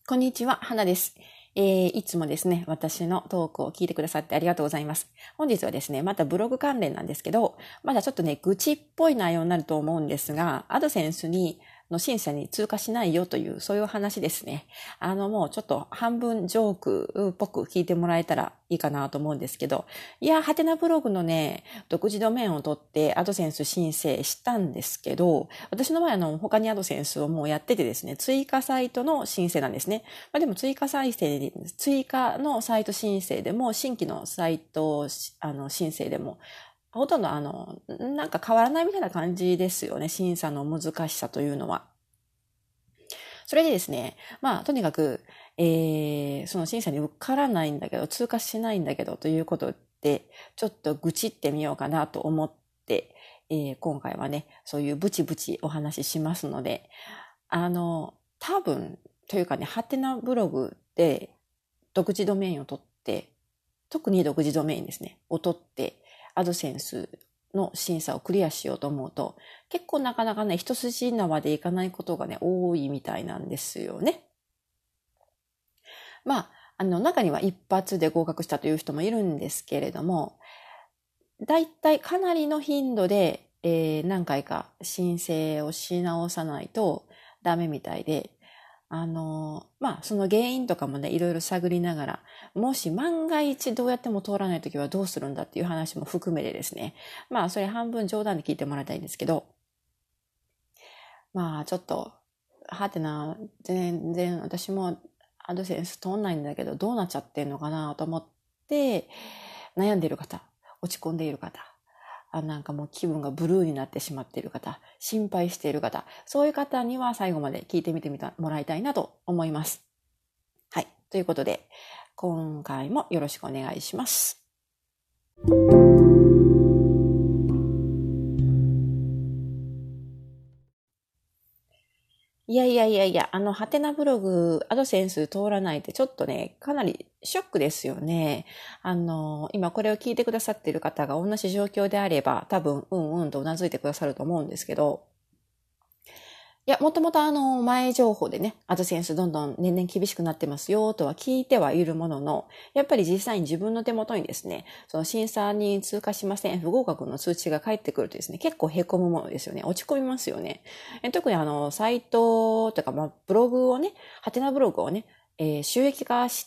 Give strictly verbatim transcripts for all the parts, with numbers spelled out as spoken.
こんにちは、花です。えー、いつもですね、私のトークを聞いてくださってありがとうございます。本日はですね、またブログ関連なんですけど、まだちょっとね、愚痴っぽい内容になると思うんですが、アドセンスに、の審査に通過しないよという、そういう話ですね。あの、もうちょっと半分ジョークっぽく聞いてもらえたらいいかなと思うんですけど、いや、ハテナブログのね、独自ドメインを取ってアドセンス申請したんですけど、私の場合あの、他にアドセンスをもうやっててですね、追加サイトの申請なんですね。まあ、でも追加再生、追加のサイト申請でも、新規のサイトあの申請でも、ほとんどあの、なんか変わらないみたいな感じですよね。審査の難しさというのは。それでですね、まあ、とにかく、えー、その審査に受からないんだけど、通過しないんだけどということで、ちょっと愚痴ってみようかなと思って、えー、今回はね、そういうブチブチお話ししますので、あの、多分、というかね、ハテナブログで独自ドメインを取って、特に独自ドメインですね、を取って、アドセンスの審査をクリアしようと思うと、結構なかなかね、一筋縄でいかないことがね、多いみたいなんですよね。まあ、あの、中には一発で合格したという人もいるんですけれども、だいたいかなりの頻度で、えー、何回か申請をし直さないとダメみたいで、あの、まあ、その原因とかもね、いろいろ探りながら、もし万が一どうやっても通らないときはどうするんだっていう話も含めてですね、まあ、それ半分冗談で聞いてもらいたいんですけど、まあ、ちょっと、はてな、全然私もアドセンス通んないんだけど、どうなっちゃってんのかなと思って、悩んでいる方、落ち込んでいる方、あなんかもう気分がブルーになってしまっている方、心配している方、そういう方には最後まで聞いてみてみたもらいたいなと思います。はい。ということで、今回もよろしくお願いします。いやいやいやいや、あの、ハテナブログ、アドセンス通らないってちょっとね、かなりショックですよね。あの、今これを聞いてくださっている方が同じ状況であれば、多分、うんうんとうなずいてくださると思うんですけど、いや、もともとあの、前情報でね、アドセンスどんどん年々厳しくなってますよとは聞いてはいるものの、やっぱり実際に自分の手元にですね、その審査に通過しません、不合格の通知が返ってくるとですね、結構凹むものですよね。落ち込みますよね。え特にあの、サイトというか、まあ、ブログをね、ハテナブログをね、えー、収益化して、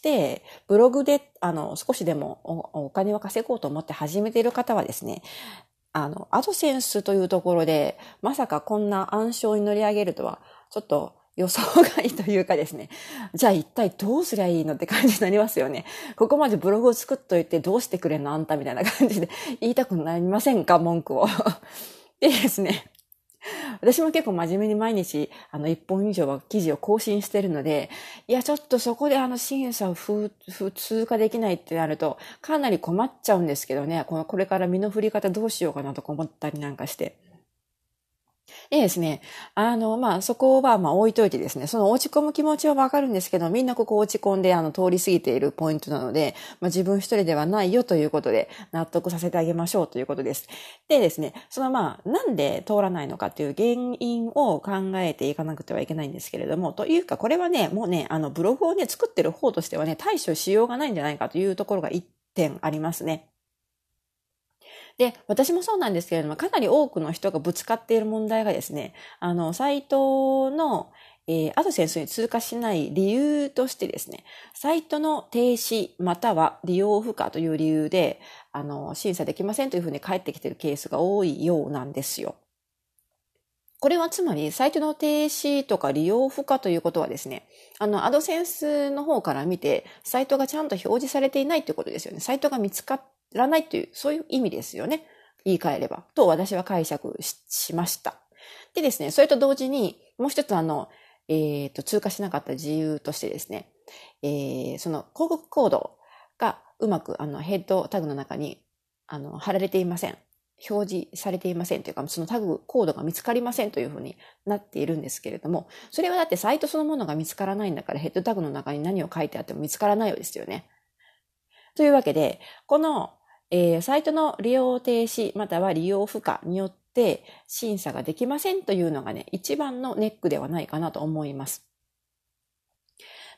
ブログで、あの、少しでもお、お金を稼ごうと思って始めている方はですね、あの、アドセンスというところで、まさかこんな暗礁に乗り上げるとは、ちょっと予想外というかですね。じゃあ一体どうすりゃいいのって感じになりますよね。ここまでブログを作っといてどうしてくれんのあんたみたいな感じで言いたくなりませんか文句を。でですね。私も結構真面目に毎日、あの、一本以上は記事を更新してるので、いや、ちょっとそこであの、審査をふ、ふ、通過できないってなると、かなり困っちゃうんですけどね、この、これから身の振り方どうしようかなとか思ったりなんかして。でですね、あの、まあ、そこは、まあ、置いといてですね、その落ち込む気持ちはわかるんですけど、みんなここ落ち込んで、あの、通り過ぎているポイントなので、まあ、自分一人ではないよということで、納得させてあげましょうということです。でですね、そのまあ、なんで通らないのかっていう原因を考えていかなくてはいけないんですけれども、というか、これはね、もうね、あの、ブログをね、作ってる方としてはね、対処しようがないんじゃないかというところが一点ありますね。で、私もそうなんですけれども、かなり多くの人がぶつかっている問題がですね、あの、サイトの、えー、アドセンスに通過しない理由としてですね、サイトの停止または利用不可という理由で、あの、審査できませんというふうに返ってきているケースが多いようなんですよ。これはつまり、サイトの停止とか利用不可ということはですね、あの、アドセンスの方から見て、サイトがちゃんと表示されていないということですよね。サイトが見つからないという、そういう意味ですよね。言い換えれば。と私は解釈 し, しました。でですね、それと同時に、もう一つあの、えっ、と、通過しなかった理由としてですね、えー、その広告コードがうまくあのヘッドタグの中にあの貼られていません。表示されていませんというか、そのタグ、コードが見つかりませんというふうになっているんですけれども、それはだってサイトそのものが見つからないんだから、ヘッドタグの中に何を書いてあっても見つからないようですよね。というわけで、この、えー、サイトの利用停止または利用不可によって審査ができませんというのがね、一番のネックではないかなと思います。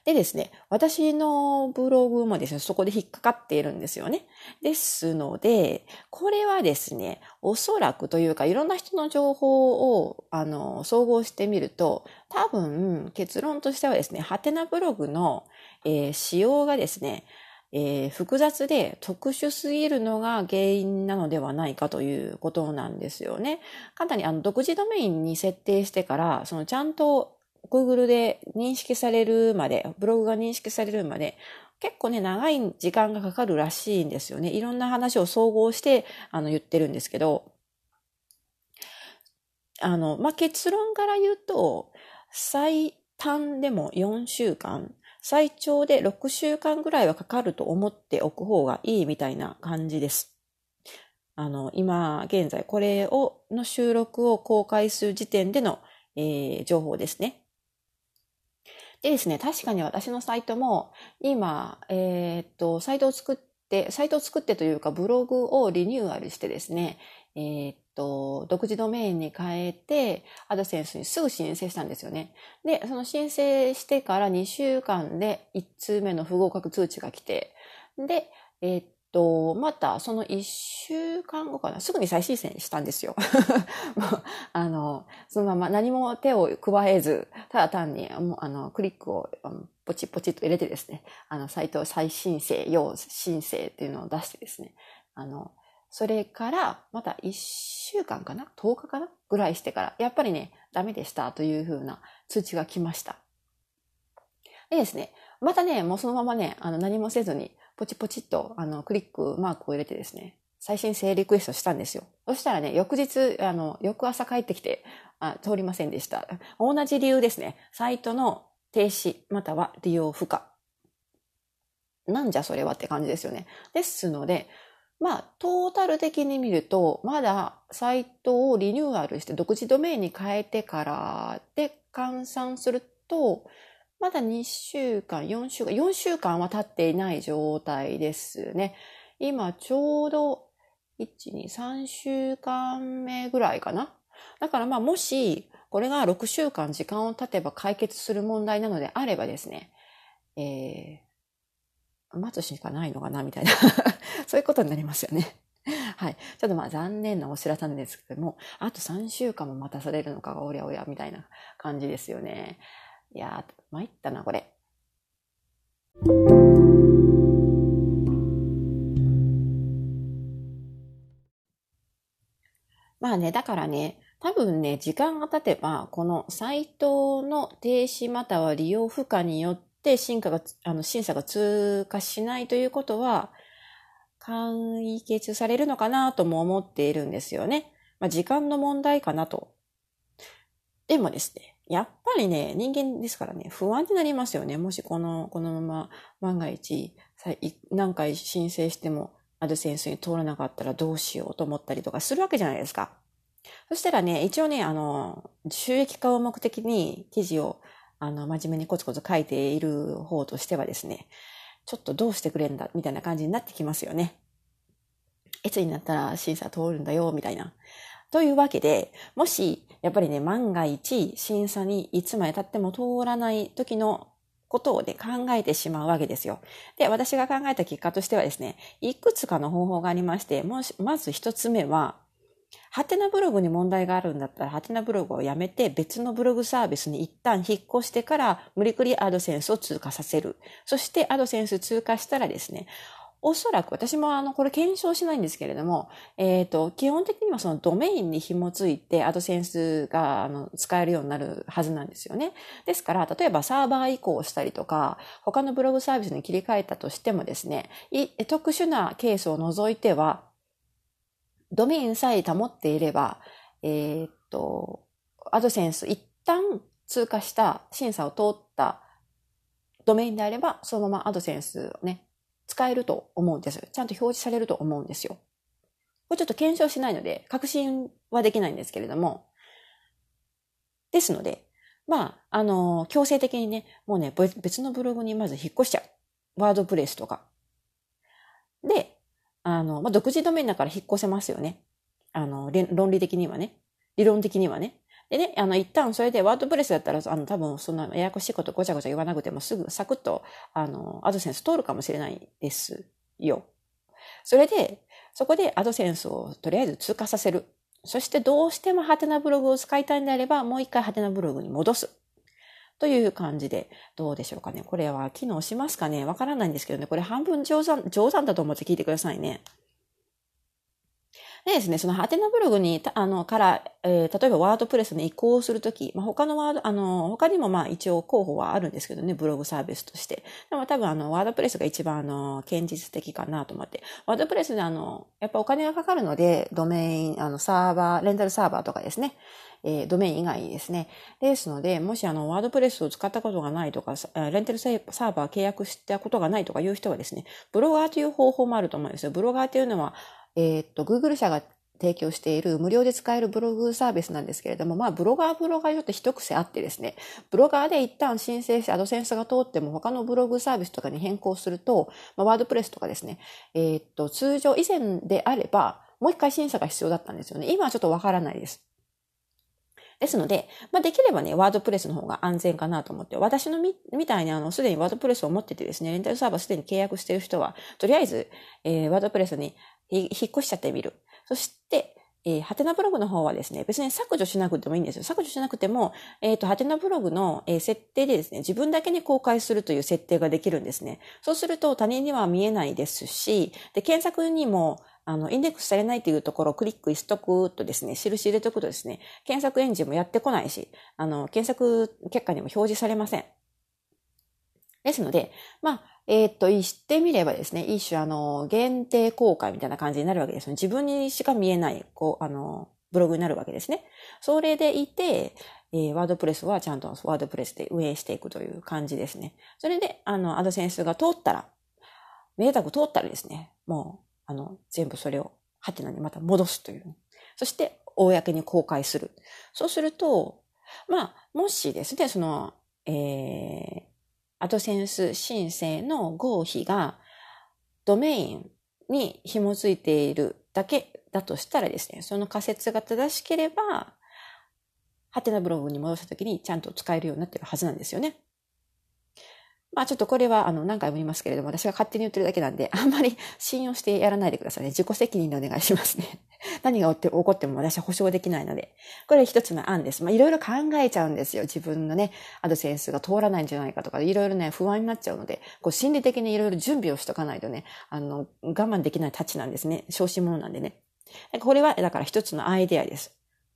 でですね、私のブログもですね、そこで引っかかっているんですよね。ですので、これはですね、おそらくというか、いろんな人の情報を、あの、総合してみると、多分、結論としてはですね、ハテナブログの、えー仕様がですね、えー複雑で特殊すぎるのが原因なのではないかということなんですよね。簡単にあの独自ドメインに設定してから、そのちゃんと Google で認識されるまで、ブログが認識されるまで、結構ね、長い時間がかかるらしいんですよね。いろんな話を総合して、あの、言ってるんですけど、あの、まあ、結論から言うと、最短でもよんしゅうかん、最長でろくしゅうかんぐらいはかかると思っておく方がいいみたいな感じです。あの、今現在これを、の収録を公開する時点での、えー情報ですね。でですね、確かに私のサイトも今、えーっと、サイトを作って、サイトを作ってというかブログをリニューアルしてですね、えーっと、独自ドメインに変えて、アドセンスにすぐ申請したんですよね。で、その申請してからにしゅうかんでいち通目の不合格通知が来て、で、えーっと、またそのいっしゅうかんごかな、すぐに再申請したんですよ。もうあの、そのまま何も手を加えず、ただ単に、もうあの、クリックをあのポチポチっと入れてですね、あの、サイト再申請、要申請っていうのを出してですね、あの、それから、またいっしゅうかんかな ?とおか かなぐらいしてから、やっぱりね、ダメでしたというふうな通知が来ました。でですね、またね、もうそのままね、あの、何もせずに、ポチポチっと、あの、クリックマークを入れてですね、再申請リクエストしたんですよ。そしたらね、翌日、あの、翌朝帰ってきて、あ、通りませんでした。同じ理由ですね。サイトの停止、または利用不可。なんじゃそれはって感じですよね。ですので、まあ、トータル的に見ると、まだサイトをリニューアルして独自ドメインに変えてからで換算すると、まだにしゅうかん、よんしゅうかん、よんしゅうかんは経っていない状態ですね。今ちょうどいち、に、さんしゅうかんめぐらいかな。だからまあもしこれがろくしゅうかん時間を経てば解決する問題なのであればですね、えー、待つしかないのかなみたいなそういうことになりますよね。はい。ちょっとまあ残念なお知らせなんですけども、あとさんしゅうかんも待たされるのかがおりゃおやみたいな感じですよね。いやー、参ったな、これ。まあね、だからね、多分ね、時間が経てば、このサイトの停止または利用不可によって審査が、あの、審査が通過しないということは、解決されるのかなとも思っているんですよね。まあ、時間の問題かなと。でもですね、やっぱりね、人間ですからね、不安になりますよね。もしこの、このまま万が一、何回申請してもアドセンスに通らなかったらどうしようと思ったりとかするわけじゃないですか。そしたらね、一応ね、あの、収益化を目的に記事を、あの、真面目にコツコツ書いている方としてはですね、ちょっとどうしてくれんだ、みたいな感じになってきますよね。いつになったら審査通るんだよ、みたいな。というわけで、もし、やっぱりね、万が一、審査にいつまで経っても通らない時のことをね、考えてしまうわけですよ。で、私が考えた結果としてはですね、いくつかの方法がありまして、もし、まず一つ目は、ハテナブログに問題があるんだったら、ハテナブログをやめて別のブログサービスに一旦引っ越してから、無理くりアドセンスを通過させる。そしてアドセンス通過したらですね、おそらく、私もあの、これ検証しないんですけれども、えっと、基本的にはそのドメインに紐ついてアドセンスがあの使えるようになるはずなんですよね。ですから、例えばサーバー移行したりとか、他のブログサービスに切り替えたとしてもですね、特殊なケースを除いては、ドメインさえ保っていれば、えっと、アドセンス一旦通過した審査を通ったドメインであれば、そのままアドセンスをね、使えると思うんです。ちゃんと表示されると思うんですよ。これちょっと検証しないので、確信はできないんですけれども。ですので、まあ、あの、強制的にね、もうね、別のブログにまず引っ越しちゃう。ワードプレスとか。で、あの、まあ、独自ドメインだから引っ越せますよね。あの、論理的にはね。理論的にはね。 でね、あの、一旦それでワードプレスだったら、あの、多分そんなややこしいことごちゃごちゃ言わなくてもすぐサクッと、あの、アドセンス通るかもしれないですよ。それで、そこでアドセンスをとりあえず通過させる。そしてどうしてもハテナブログを使いたいんであれば、もう一回ハテナブログに戻す。という感じで、どうでしょうかね。これは機能しますかね。わからないんですけどね。これ半分冗談、冗談だと思って聞いてくださいね。でですね、そのハテナブログに、あの、から、えー、例えばワードプレスに移行するとき、まあ、他のワード、あの、他にもまあ一応候補はあるんですけどね、ブログサービスとして。でも多分あの、ワードプレスが一番あの、堅実的かなと思って。ワードプレスであの、やっぱお金がかかるので、ドメイン、あの、サーバー、レンタルサーバーとかですね、えー、ドメイン以外にですね。ですので、もしあの、ワードプレスを使ったことがないとか、レンタルサーバー契約したことがないとかいう人はですね、ブロガーという方法もあると思うんですよ。ブロガーというのは、えー、っと、Google 社が提供している無料で使えるブログサービスなんですけれども、まあ、ブロガーブロガーちょっと一癖あってですね、ブロガーで一旦申請してアドセンスが通っても他のブログサービスとかに変更すると、まあ、ワードプレスとかですね、えー、っと、通常以前であれば、もう一回審査が必要だったんですよね。今はちょっとわからないです。ですので、まあ、できればね、ワードプレスの方が安全かなと思って、私のみ、みたいにあの、すでにワードプレスを持っててですね、レンタルサーバーすでに契約している人は、とりあえず、えー、ワードプレスに引っ越しちゃってみる。そして、えー、ハテナブログの方はですね、別に削除しなくてもいいんですよ。削除しなくても、えっと、ハテナブログの、えー、設定でですね、自分だけに公開するという設定ができるんですね。そうすると他人には見えないですし、で、検索にも、あの、インデックスされないというところをクリックしとくとですね、印入れとくとですね、検索エンジンもやってこないし、あの、検索結果にも表示されません。ですので、まあ、えー、っと、言ってみればですね、一種あの、限定公開みたいな感じになるわけですね。自分にしか見えない、こう、あの、ブログになるわけですね。それでいて、えー、ワードプレスはちゃんとワードプレスで運営していくという感じですね。それで、あの、アドセンスが通ったら、めでたく通ったらですね、もう、あの、全部それをハテナにまた戻すという。そして、公に公開する。そうすると、まあ、もしですね、その、えー、アドセンス申請の合否がドメインに紐づいているだけだとしたらですね、その仮説が正しければ、ハテナブログに戻したときにちゃんと使えるようになっているはずなんですよね。まあちょっとこれはあの何回も言いますけれども、私が勝手に言ってるだけなんで、あんまり信用してやらないでくださいね。自己責任でお願いしますね。何が起こっても私は保証できないので。これ一つの案です。まあいろいろ考えちゃうんですよ。自分のね、アドセンスが通らないんじゃないかとか、いろいろね、不安になっちゃうので、こう心理的にいろいろ準備をしとかないとね、あの、我慢できないたちなんですね。小心者なんでね。これはだから一つのアイデアです。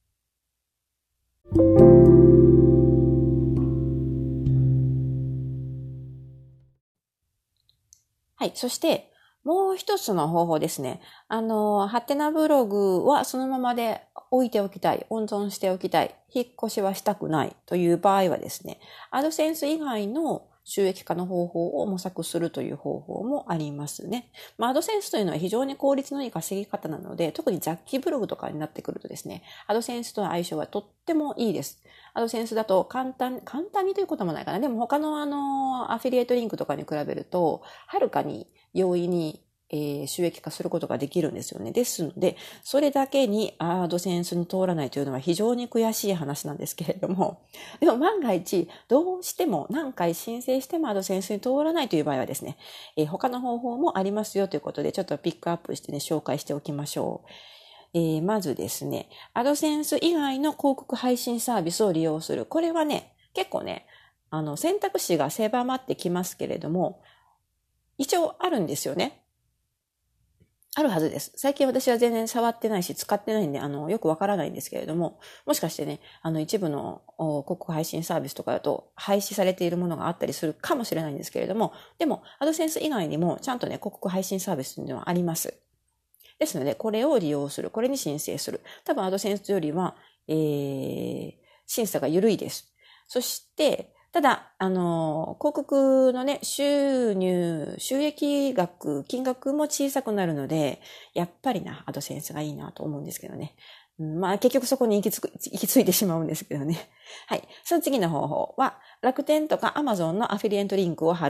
はい。そして、もう一つの方法ですね。あの、ハテナブログはそのままで置いておきたい。温存しておきたい。引っ越しはしたくないという場合はですね、アドセンス以外の収益化の方法を模索するという方法もありますね。まあ、アドセンスというのは非常に効率のいい稼ぎ方なので、特に雑記ブログとかになってくるとですね、アドセンスとの相性はとってもいいです。アドセンスだと簡単、簡単にということもないかな。でも他のあの、アフィリエイトリンクとかに比べると、はるかに容易に、えー、収益化することができるんですよね。ですので、それだけにアドセンスに通らないというのは非常に悔しい話なんですけれども、でも万が一、どうしても何回申請してもアドセンスに通らないという場合はですね、えー、他の方法もありますよということで、ちょっとピックアップしてね、紹介しておきましょう。えー、まずですね、アドセンス以外の広告配信サービスを利用する。これはね、結構ね、あの、選択肢が狭まってきますけれども、一応あるんですよね。あるはずです。最近私は全然触ってないし、使ってないんで、あの、よくわからないんですけれども、もしかしてね、あの、一部の広告配信サービスとかだと、廃止されているものがあったりするかもしれないんですけれども、でも、アドセンス以外にも、ちゃんとね、広告配信サービスというのはあります。ですので、これを利用する。これに申請する。多分、アドセンスよりは、えー、審査が緩いです。そして、ただ、あの、広告のね、収入、収益額、金額も小さくなるので、やっぱりな、アドセンスがいいなと思うんですけどね。うん、まあ、結局そこに行き着く、行き着いてしまうんですけどね。はい。その次の方法は、楽天とか Amazon のアフィリエントリンクを貼る。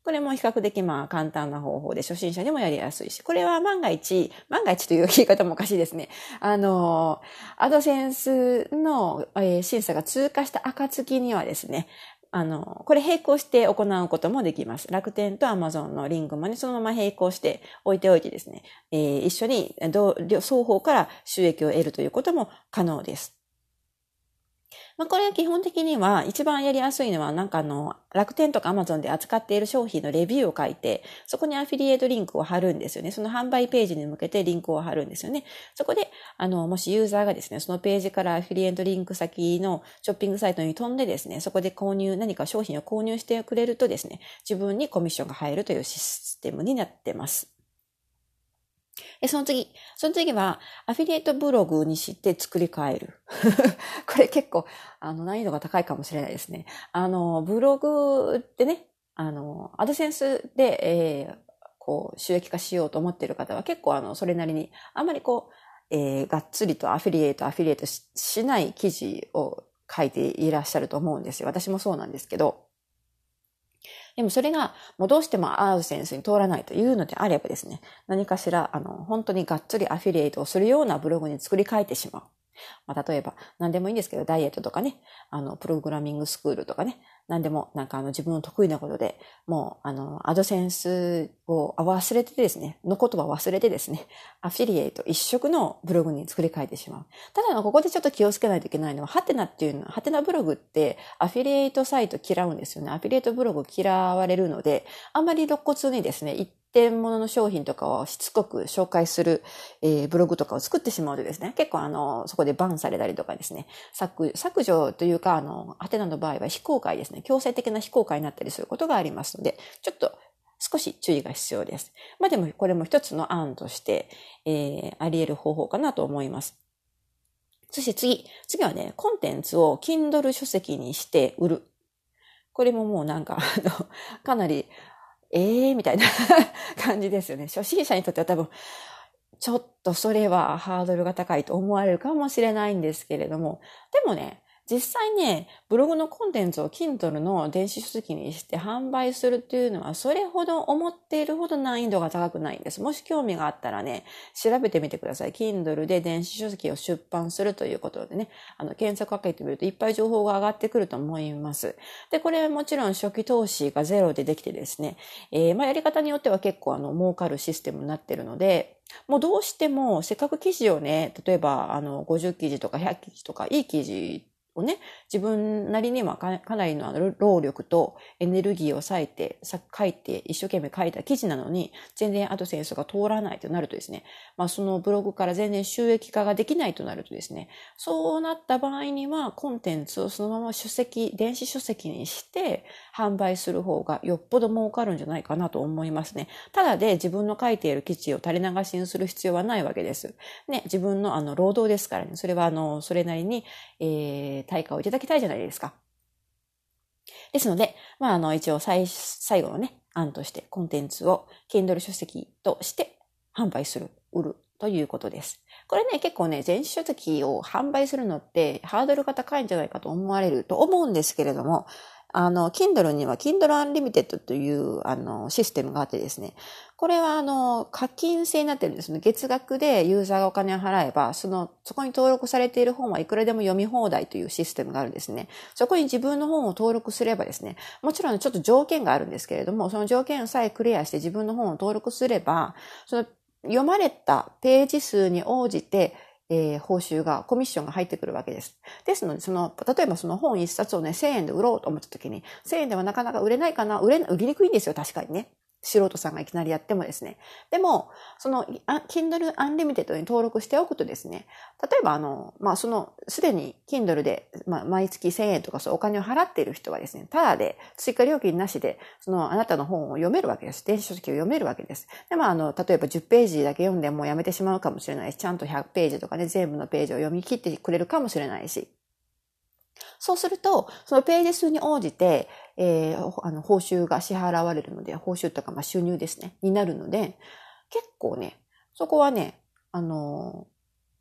これも比較的まあ簡単な方法で初心者にもやりやすいし、これは万が一、万が一という言い方もおかしいですね。あの、アドセンスの、えー、審査が通過した暁にはですね、あの、これ並行して行うこともできます。楽天と Amazon のリンクマにそのまま並行して置いておいてですね、えー、一緒に双方から収益を得るということも可能です。まあ、これは基本的には一番やりやすいのはなんかあの楽天とか Amazon で扱っている商品のレビューを書いてそこにアフィリエイトリンクを貼るんですよね。その販売ページに向けてリンクを貼るんですよね。そこであのもしユーザーがですねそのページからアフィリエイトリンク先のショッピングサイトに飛んでですねそこで購入何か商品を購入してくれるとですね自分にコミッションが入るというシステムになってます。で、その次。その次は、アフィリエイトブログにして作り変える。これ結構、あの、難易度が高いかもしれないですね。あの、ブログってね、あの、アドセンスで、えー、こう、収益化しようと思っている方は結構、あの、それなりに、あんまりこう、えー、がっつりとアフィリエイト、アフィリエイト し, しない記事を書いていらっしゃると思うんですよ。私もそうなんですけど。でもそれがもうどうしてもアドセンスに通らないというのであればですね、何かしらあの本当にがっつりアフィリエイトをするようなブログに作り変えてしまう。まあ、例えば何でもいいんですけど、ダイエットとかね、あのプログラミングスクールとかね、何でもなんかあの自分の得意なことで、もうあのアドセンスを忘れてですね、の言葉を忘れてですね、アフィリエイト一色のブログに作り変えてしまう。ただのここでちょっと気をつけないといけないのは、ハテナっていうのは、ハテナブログってアフィリエイトサイト嫌うんですよね。アフィリエイトブログ嫌われるので、あんまり露骨にですね、一点物の商品とかをしつこく紹介する、えー、ブログとかを作ってしまうとですね、結構あの、そこでバンされたりとかですね、削、削除というか、あの、ハテナの場合は非公開ですね、強制的な非公開になったりすることがありますので、ちょっと少し注意が必要です。まあでもこれも一つの案として、えー、あり得る方法かなと思います。そして次、次はね、コンテンツを Kindle 書籍にして売る。これももうなんか、あの、かなり、ええー、みたいな感じですよね。初心者にとっては多分、ちょっとそれはハードルが高いと思われるかもしれないんですけれども、でもね、実際ね、ブログのコンテンツを Kindle の電子書籍にして販売するっていうのは、それほど思っているほど難易度が高くないんです。もし興味があったらね、調べてみてください。Kindle で電子書籍を出版するということでね、あの、検索かけてみるといっぱい情報が上がってくると思います。で、これはもちろん初期投資がゼロでできてですね、えー、まあやり方によっては結構あの、儲かるシステムになっているので、もうどうしてもせっかく記事をね、例えばあのごじゅう記事とかひゃく記事とかいい記事をね、自分なりにはかなりの労力とエネルギーを割いて、書いて、一生懸命書いた記事なのに、全然アドセンスが通らないとなるとですね、まあそのブログから全然収益化ができないとなるとですね、そうなった場合にはコンテンツをそのまま書籍、電子書籍にして販売する方がよっぽど儲かるんじゃないかなと思いますね。ただで自分の書いている記事を垂れ流しにする必要はないわけです。ね、自分のあの労働ですからね、それはあの、それなりに、えー対価をいただきたいじゃないですか。ですので、まあ、あの、一応最、最後のね、案としてコンテンツを Kindle 書籍として販売する、売るということです。これね、結構ね、電子書籍を販売するのってハードルが高いんじゃないかと思われると思うんですけれども、あの、Kindle には Kindle Unlimited という、あの、システムがあってですね、これは、あの、課金制になってるんですね。月額でユーザーがお金を払えば、その、そこに登録されている本はいくらでも読み放題というシステムがあるんですね。そこに自分の本を登録すればですね、もちろんちょっと条件があるんですけれども、その条件さえクリアして自分の本を登録すれば、その、読まれたページ数に応じて、えー、報酬が、コミッションが入ってくるわけです。ですので、その、例えばその本一冊をね、せんえんで売ろうと思った時に、せんえんではなかなか売れないかな、売れ、売りにくいんですよ、確かにね。素人さんがいきなりやってもですね。でも、その、Kindle Unlimited に登録しておくとですね、例えばあの、まあ、その、すでに Kindle で、まあ、毎月せんえんとかそうお金を払っている人はですね、ただで追加料金なしで、その、あなたの本を読めるわけです。電子書籍を読めるわけです。で、まあ、あの、例えばじゅっページだけ読んでもうやめてしまうかもしれないし、ちゃんとひゃくページとかね、全部のページを読み切ってくれるかもしれないし、そうすると、そのページ数に応じて、えー、あの、報酬が支払われるので、報酬とか、まあ、収入ですね、になるので、結構ね、そこはね、あの、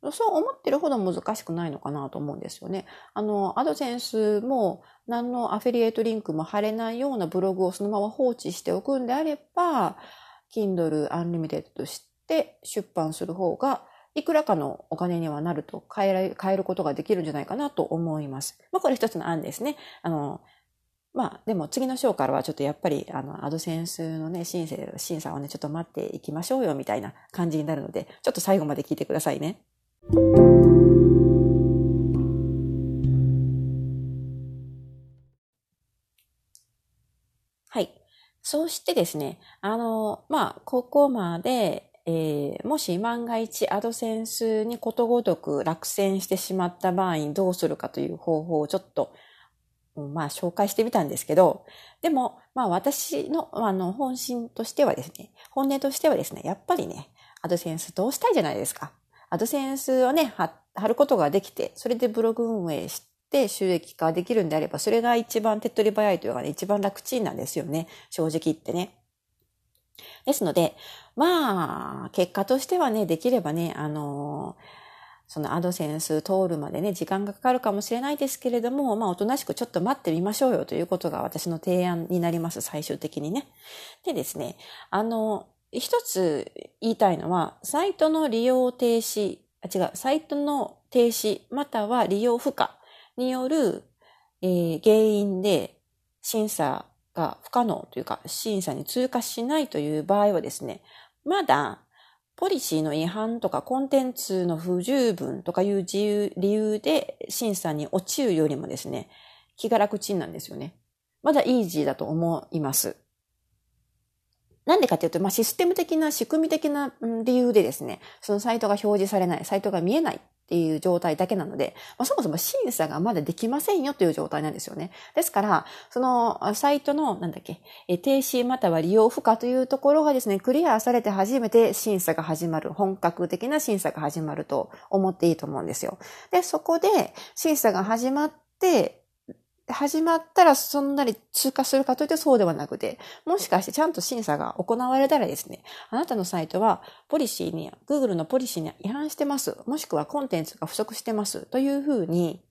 そう思ってるほど難しくないのかなと思うんですよね。あの、アドセンスも何のアフィリエイトリンクも貼れないようなブログをそのまま放置しておくんであれば、Kindle Unlimited として出版する方が、いくらかのお金にはなると変えられ、変えることができるんじゃないかなと思います。まあ、これ一つの案ですね。あの、まあ、でも次の章からはちょっとやっぱり、あの、アドセンスのね、審査、審査をね、ちょっと待っていきましょうよ、みたいな感じになるので、ちょっと最後まで聞いてくださいね。はい。そしてですね、あの、まあ、ここまで、えー、もし万が一アドセンスにことごとく落選してしまった場合にどうするかという方法をちょっと、まあ、紹介してみたんですけど、でも、まあ、私の、あの、本心としてはですね、本音としてはですね、やっぱりね、アドセンスどうしたいじゃないですか。アドセンスをね、貼ることができて、それでブログ運営して、で収益化できるんであれば、それが一番手っ取り早いというかね、一番楽ちんなんですよね。正直言ってね。ですので、まあ、結果としてはね、できればね、あの、そのアドセンス通るまでね、時間がかかるかもしれないですけれども、まあ、おとなしくちょっと待ってみましょうよということが私の提案になります、最終的にね。でですね、あの、一つ言いたいのは、サイトの利用停止、あ、違う、サイトの停止、または利用不可による、えー、原因で審査が不可能というか、審査に通過しないという場合はですね、まだ、ポリシーの違反とかコンテンツの不十分とかいう自由理由で審査に落ちるよりもですね、気が楽ちんなんですよね。まだイージーだと思います。なんでかというと、まあ、システム的な仕組み的な理由でですね、そのサイトが表示されない、サイトが見えないっていう状態だけなので、まあ、そもそも審査がまだできませんよという状態なんですよね。ですから、そのサイトの、なんだっけ、停止または利用不可というところがですね、クリアされて初めて審査が始まる、本格的な審査が始まると思っていいと思うんですよ。で、そこで審査が始まって、始まったらそんなに通過するかというとそうではなくて、もしかしてちゃんと審査が行われたらですね、あなたのサイトはポリシーに、Google のポリシーに違反してます、もしくはコンテンツが不足してますというふうに、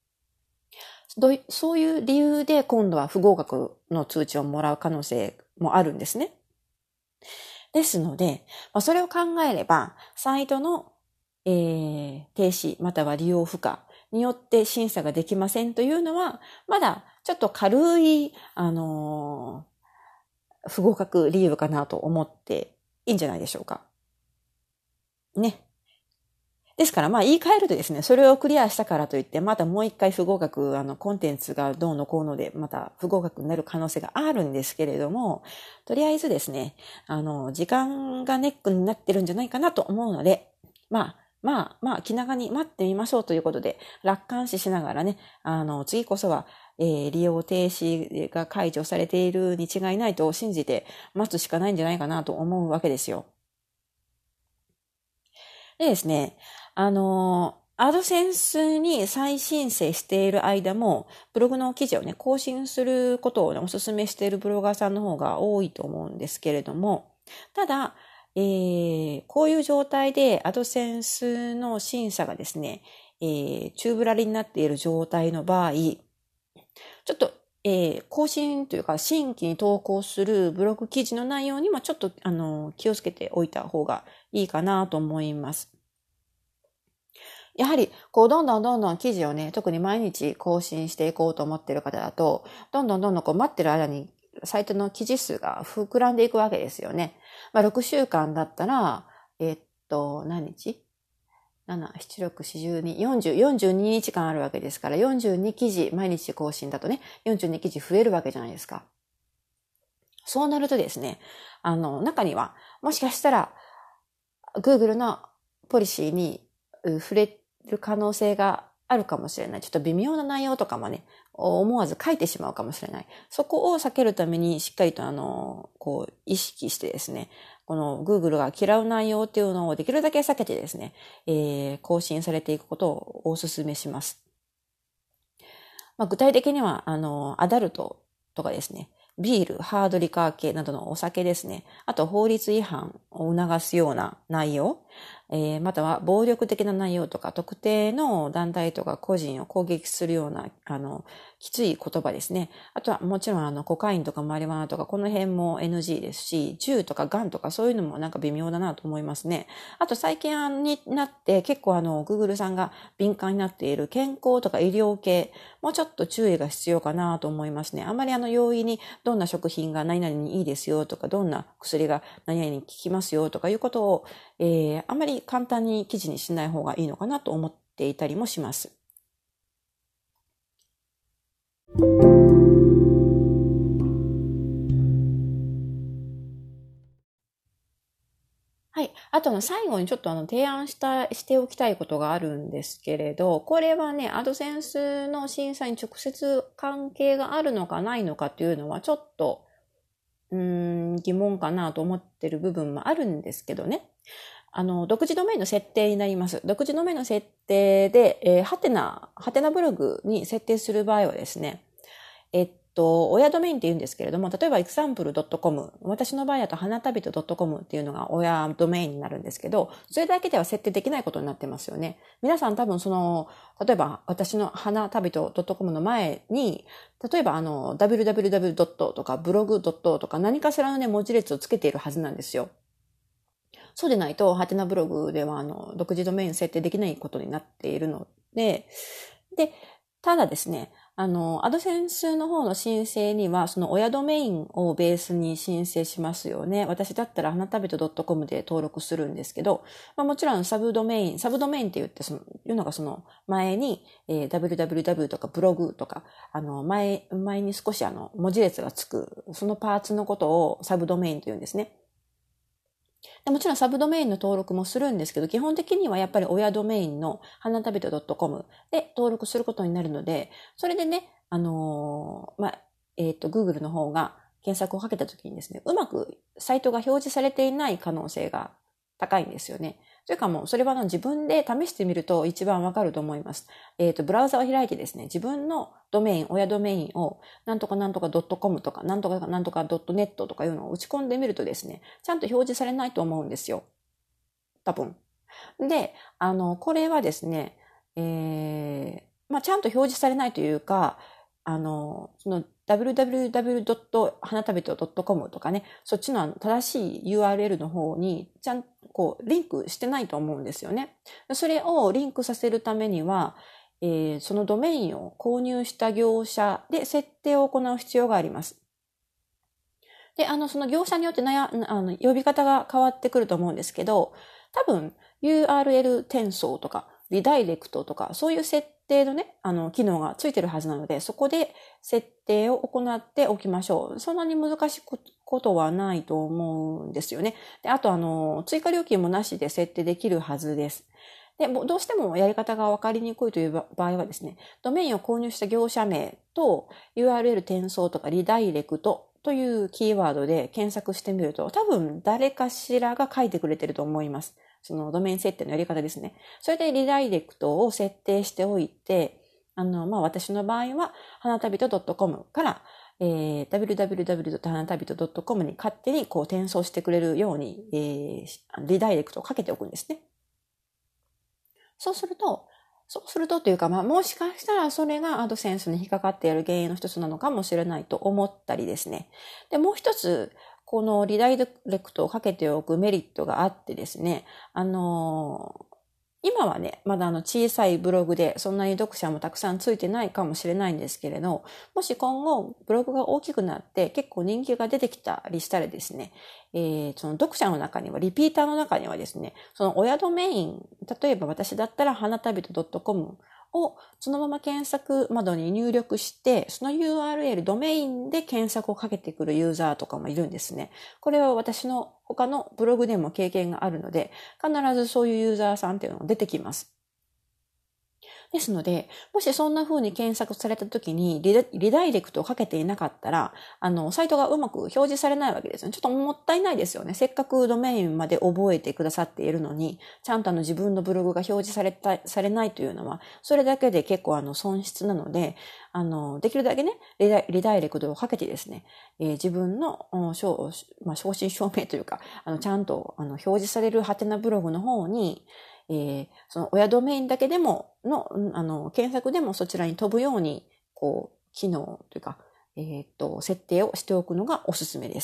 そういう理由で今度は不合格の通知をもらう可能性もあるんですね。ですので、それを考えれば、サイトの、えー、停止または利用不可によって審査ができませんというのは、まだちょっと軽い、あのー、不合格理由かなと思っていいんじゃないでしょうか。ね。ですから、まあ言い換えるとですね、それをクリアしたからといって、またもう一回不合格、あの、コンテンツがどうのこうので、また不合格になる可能性があるんですけれども、とりあえずですね、あの、時間がネックになってるんじゃないかなと思うので、まあ、まあ、まあ、気長に待ってみましょうということで、楽観視しながらね、あの、次こそは、えー、利用停止が解除されているに違いないと信じて待つしかないんじゃないかなと思うわけですよ。でですね、あの、アドセンスに再申請している間も、ブログの記事をね、更新することをね、お勧めしているブロガーさんの方が多いと思うんですけれども、ただ、えー、こういう状態でアドセンスの審査がですね、えー、宙ぶらりになっている状態の場合、ちょっと、えー、更新というか新規に投稿するブログ記事の内容にもちょっとあの気をつけておいた方がいいかなと思います。やはり、こう、どんどんどんどん記事をね、特に毎日更新していこうと思っている方だと、どんどんどんどんこう待ってる間に、サイトの記事数が膨らんでいくわけですよね。まあ、ろくしゅうかんだったら、えっと、何日 ?なな、なな、ろく、よん、じゅうに、よんじゅう、よんじゅうににちかんあるわけですから、よんじゅうに記事、毎日更新だとね、よんじゅうに記事増えるわけじゃないですか。そうなるとですね、あの、中には、もしかしたら、Google のポリシーに触れる可能性があるかもしれない。ちょっと微妙な内容とかもね、思わず書いてしまうかもしれない。そこを避けるためにしっかりとあの、こう、意識してですね、この Google が嫌う内容っていうのをできるだけ避けてですね、えー、更新されていくことをお勧めします。まあ、具体的には、あの、アダルトとかですね、 ビール、ハードリカー系などのお酒ですね。あと法律違反を促すような内容、えー、または暴力的な内容とか、特定の団体とか個人を攻撃するような、あの、きつい言葉ですね。あとはもちろんあの、コカインとかマリワナとか、この辺も エヌジー ですし、銃とかガンとかそういうのもなんか微妙だなと思いますね。あと最近になって結構あの、Google さんが敏感になっている健康とか医療系、もうちょっと注意が必要かなと思いますね。あまりあの、容易にどんな食品が何々にいいですよとか、どんな薬が何々に効きますよとかいうことを、えー、あまり簡単に記事にしない方がいいのかなと思っていたりもします。はい。あとの最後にちょっとあの提案した、しておきたいことがあるんですけれど、これはね、アドセンスの審査に直接関係があるのかないのかっていうのはちょっと、うーん、疑問かなと思ってる部分もあるんですけどね。あの、独自ドメインの設定になります。独自ドメインの設定で、えー、ハテナ、ハテナブログに設定する場合はですね、えっと、親ドメインって言うんですけれども、例えば エクサンプルドットコム、私の場合だと花旅人 .com っていうのが親ドメインになるんですけど、それだけでは設定できないことになってますよね。皆さん多分その、例えば私の花旅人 .com の前に、例えばあの、ダブリュダブリュダブリュ とかブログ とか何かしらのね、文字列をつけているはずなんですよ。そうでないと、ハテナブログでは、あの、独自ドメイン設定できないことになっているので、で、ただですね、あの、アドセンスの方の申請には、その親ドメインをベースに申請しますよね。私だったら、花旅人 .com で登録するんですけど、まあ、もちろんサブドメイン、サブドメインって言って、その、いうのがその前に、えー、ダブリュダブリュダブリュ とかブログとか、あの、前、前に少しあの、文字列がつく、そのパーツのことをサブドメインと言うんですね。でもちろんサブドメインの登録もするんですけど、基本的にはやっぱり親ドメインの花旅人 .com で登録することになるので、それでね、あのー、まあ、えっと、Google の方が検索をかけたときにですね、うまくサイトが表示されていない可能性が高いんですよね。というかもう、それは自分で試してみると一番わかると思います。えっと、ブラウザを開いてですね、自分のドメイン、親ドメインを、なんとかなんとか .com とか、なんとかなんとか .net とかいうのを打ち込んでみるとですね、ちゃんと表示されないと思うんですよ。多分。で、あの、これはですね、えー、まあ、ちゃんと表示されないというか、あの、その ダブリュダブリュダブリュ 花旅人 .com とかね、そっちの正しい ユーアールエル の方に、ちゃんとこう、リンクしてないと思うんですよね。それをリンクさせるためには、えー、そのドメインを購入した業者で設定を行う必要があります。で、あの、その業者によってなや、あの、呼び方が変わってくると思うんですけど、多分 ユーアールエル 転送とか、リダイレクトとか、そういう設定のね、あの、機能がついてるはずなので、そこで設定を行っておきましょう。そんなに難しいことはないと思うんですよね。で、あと、あの、追加料金もなしで設定できるはずです。で、どうしてもやり方が分かりにくいという場合はですね、ドメインを購入した業者名と ユーアールエル 転送とかリダイレクトというキーワードで検索してみると、多分誰かしらが書いてくれてると思います。そのドメイン設定のやり方ですね。それでリダイレクトを設定しておいて、あの、まあ、私の場合は、花旅人 .com から、えー、ダブリュダブリュダブリュ 花旅人 .com に勝手にこう転送してくれるように、えー、リダイレクトをかけておくんですね。そうすると、そうするとというか、まあ、もしかしたらそれがアドセンスに引っかかっている原因の一つなのかもしれないと思ったりですね。で、もう一つ、このリダイレクトをかけておくメリットがあってですね、あのー、今はね、まだあの小さいブログでそんなに読者もたくさんついてないかもしれないんですけれど、もし今後ブログが大きくなって結構人気が出てきたりしたらですね、えー、その読者の中には、リピーターの中にはですね、その親ドメイン、例えば私だったら花旅人 .com をそのまま検索窓に入力して、その ユーアールエル、ドメインで検索をかけてくるユーザーとかもいるんですね。これは私の他のブログでも経験があるので、必ずそういうユーザーさんっていうのが出てきます。 ですので、もしそんな風に検索された時にリダ、リダイレクトをかけていなかったら、あの、サイトがうまく表示されないわけですよね。ちょっともったいないですよね。せっかくドメインまで覚えてくださっているのに、ちゃんとあの自分のブログが表示された、されないというのは、それだけで結構あの損失なので、あの、できるだけね、リダイ、リダイレクトをかけてですね、えー、自分の、正、まあ、正真正銘というか、あの、ちゃんと、あの、表示されるハテナブログの方に、えー、その親ドメインだけでもの、あの、検索でもそちらに飛ぶように、こう、機能というか、えー、っと、設定をしておくのがおすすめです。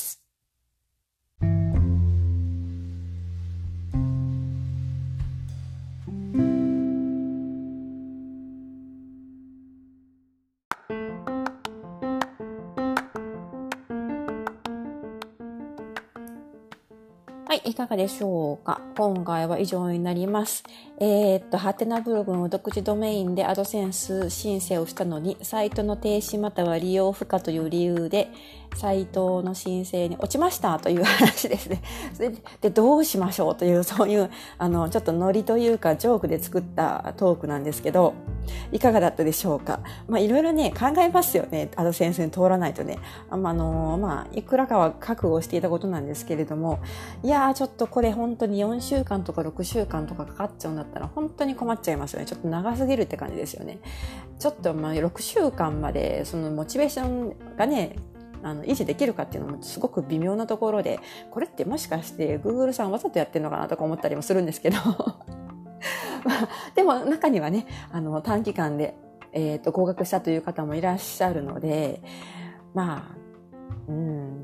はい、いかがでしょうか。今回は以上になります。えー、っと、ハテナブログの独自ドメインでアドセンス申請をしたのに、サイトの停止または利用不可という理由で、サイトの申請に落ちましたという話ですね。それで、どうしましょうという、そういう、あの、ちょっとノリというか、ジョークで作ったトークなんですけど、いかがだったでしょうか。まあ、いろいろね、考えますよね。アドセンスに通らないとね。あの、まあ、いくらかは覚悟していたことなんですけれども、いやー、ちょっとこれ本当によんしゅうかんとかろくしゅうかんとかかかっちゃうんだったら、本当に困っちゃいますよね。ちょっと長すぎるって感じですよね。ちょっとまあ、ろくしゅうかんまで、そのモチベーションがね、あの維持できるかっていうのもすごく微妙なところで、これってもしかして Google さんわざとやってるのかなとか思ったりもするんですけどでも中にはね、あの短期間で、えーと、合格したという方もいらっしゃるので、まあ、うん、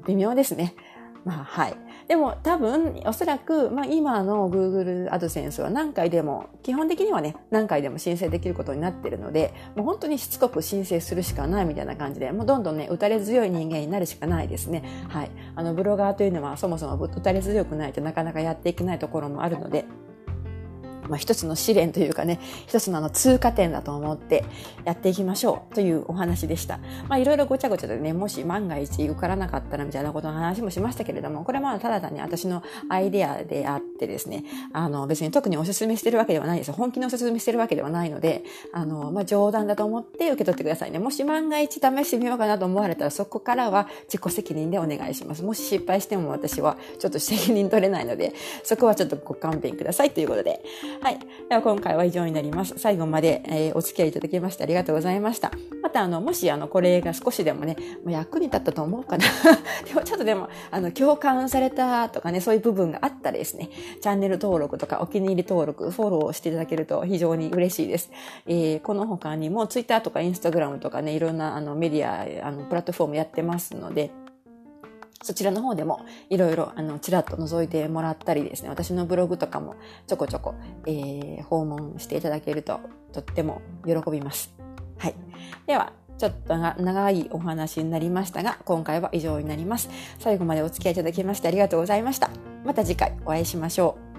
微妙ですね。まあ、はい。でも多分、おそらく、まあ今の Google AdSense は何回でも、基本的にはね、何回でも申請できることになっているので、もう本当にしつこく申請するしかないみたいな感じで、もうどんどんね、打たれ強い人間になるしかないですね。はい。あの、ブロガーというのはそもそも打たれ強くないとなかなかやっていけないところもあるので、まあ、一つの試練というかね、一つのあの通過点だと思ってやっていきましょうというお話でした。まあいろいろごちゃごちゃでね、もし万が一受からなかったらみたいなことの話もしましたけれども、これはまあただ単に私のアイデアであってですね、あの別に特にお勧めしてるわけではないです。本気のお勧めしてるわけではないので、あのまあ冗談だと思って受け取ってくださいね。もし万が一試してみようかなと思われたら、そこからは自己責任でお願いします。もし失敗しても私はちょっと責任取れないので、そこはちょっとご勘弁くださいということで。はい。では今回は以上になります。最後まで、えー、お付き合いいただきましてありがとうございました。またあの、もしあの、これが少しでもね、もう役に立ったと思うかな。でもちょっとでも、あの、共感されたとかね、そういう部分があったらですね、チャンネル登録とかお気に入り登録、フォローしていただけると非常に嬉しいです。えー、この他にも Twitter とか Instagram とかね、いろんなあのメディア、あの、プラットフォームやってますので、そちらの方でもいろいろあのちらっと覗いてもらったりですね、私のブログとかもちょこちょこ、えー、訪問していただけるととっても喜びます。はい。では、ちょっと長いお話になりましたが、今回は以上になります。最後までお付き合いいただきましてありがとうございました。また次回お会いしましょう。